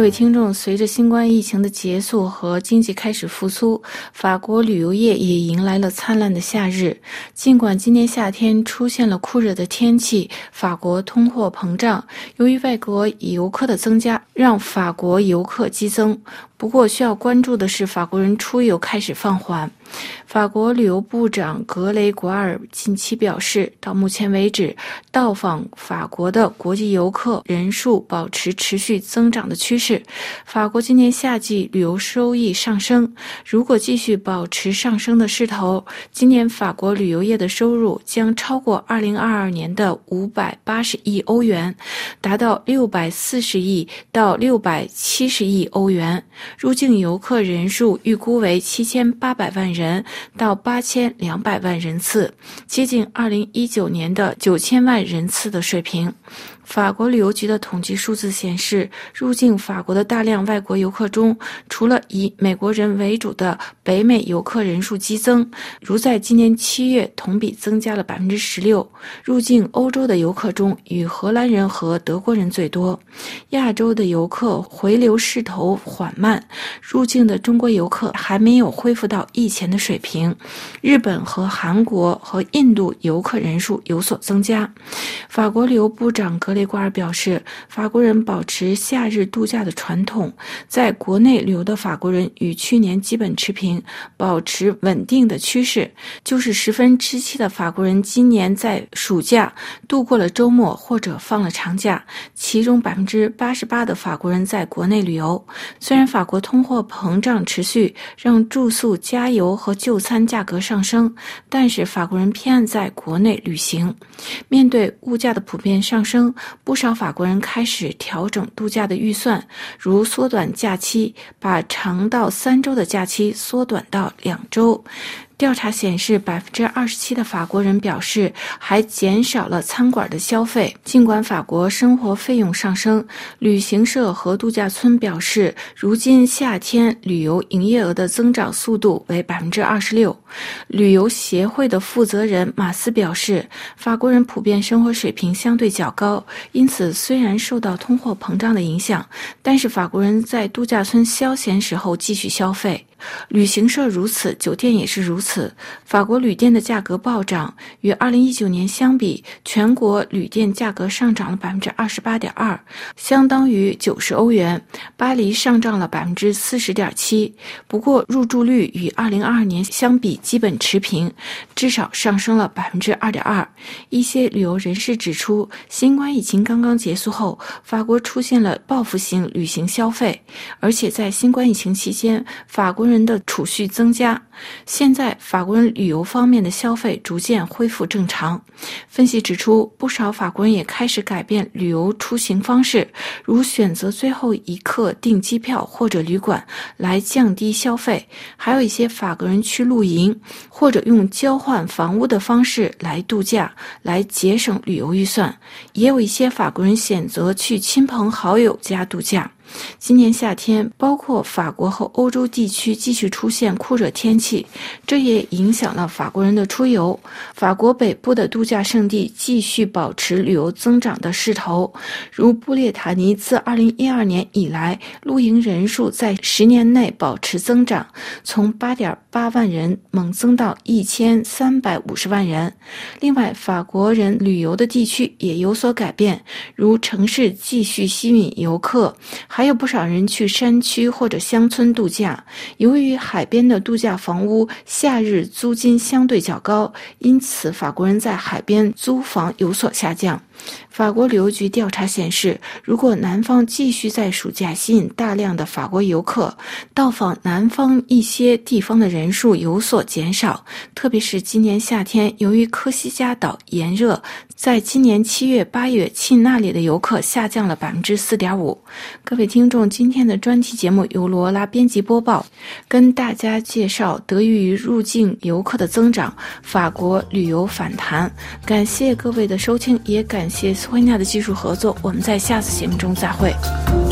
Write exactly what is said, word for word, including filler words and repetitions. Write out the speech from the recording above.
位听众，随着新冠疫情的结束和经济开始复苏，法国旅游业也迎来了灿烂的夏日。尽管今年夏天出现了酷热的天气，法国通货膨胀，由于外国游客的增加，让法国游客激增。不过需要关注的是，法国人出游开始放缓。法国旅游部长格雷戈尔近期表示，到目前为止，到访法国的国际游客人数保持持续增长的趋势。法国今年夏季旅游收益上升，如果继续保持上升的势头，今年法国旅游业的收入将超过二零二二年的五百八十亿欧元，达到六百四十亿到六百七十亿欧元。入境游客人数预估为七千八百万人到八千两百万人次，接近二零一九年的九千万人次的水平。法国旅游局的统计数字显示，入境法国的大量外国游客中，除了以美国人为主的北美游客人数激增，如在今年七月同比增加了 百分之十六。 入境欧洲的游客中，以荷兰人和德国人最多。亚洲的游客回流势头缓慢，入境的中国游客还没有恢复到疫前的水平。日本和韩国和印度游客人数有所增加。法国旅游部长格雷戈尔表示，法国人保持夏日度假的传统，在国内旅游的法国人与去年基本持平，保持稳定的趋势。就是十分之七的法国人今年在暑假度过了周末或者放了长假，其中 百分之八十八 的法国人在国内旅游。虽然法国通货膨胀持续，让住宿、加油和就餐价格上升，但是法国人偏爱在国内旅行。面对物价的普遍上升，不少法国人开始调整度假的预算，如缩短假期，把长到三周的假期缩短到两周。调查显示 百分之二十七 的法国人表示还减少了餐馆的消费。尽管法国生活费用上升，旅行社和度假村表示，如今夏天旅游营业额的增长速度为 百分之二十六。 旅游协会的负责人马斯表示，法国人普遍生活水平相对较高，因此虽然受到通货膨胀的影响，但是法国人在度假村消闲时候继续消费。旅行社如此，酒店也是如此。法国旅店的价格暴涨，与二零一九年相比，全国旅店价格上涨了 百分之二十八点二， 相当于九十欧元。巴黎上涨了 百分之四十点七， 不过入住率与二零二二年相比基本持平，至少上升了 百分之二点二。 一些旅游人士指出，新冠疫情刚刚结束后，法国出现了报复性旅行消费，而且在新冠疫情期间，法国人人的储蓄增加，现在法国人旅游方面的消费逐渐恢复正常。分析指出，不少法国人也开始改变旅游出行方式，如选择最后一刻订机票或者旅馆来降低消费，还有一些法国人去露营，或者用交换房屋的方式来度假，来节省旅游预算。也有一些法国人选择去亲朋好友家度假。今年夏天，包括法国和欧洲地区继续出现酷热天气，这也影响了法国人的出游。法国北部的度假胜地继续保持旅游增长的势头，如布列塔尼自二零一二年以来，露营人数在十年内保持增长，从 八点八万人猛增到一千三百五十万人。另外，法国人旅游的地区也有所改变，如城市继续吸引游客，还有不少人去山区或者乡村度假。由于海边的度假房屋夏日租金相对较高，因此法国人在海边租房有所下降。法国旅游局调查显示，如果南方继续在暑假吸引大量的法国游客，到访南方一些地方的人数有所减少，特别是今年夏天，由于科西嘉岛炎热，在今年七月八月去那里的游客下降了 百分之四点五。 各位听众，今天的专题节目由罗拉编辑播报，跟大家介绍得益于入境游客的增长，法国旅游反弹。感谢各位的收听，也感谢斯维纳的技术合作，我们在下次节目中再会。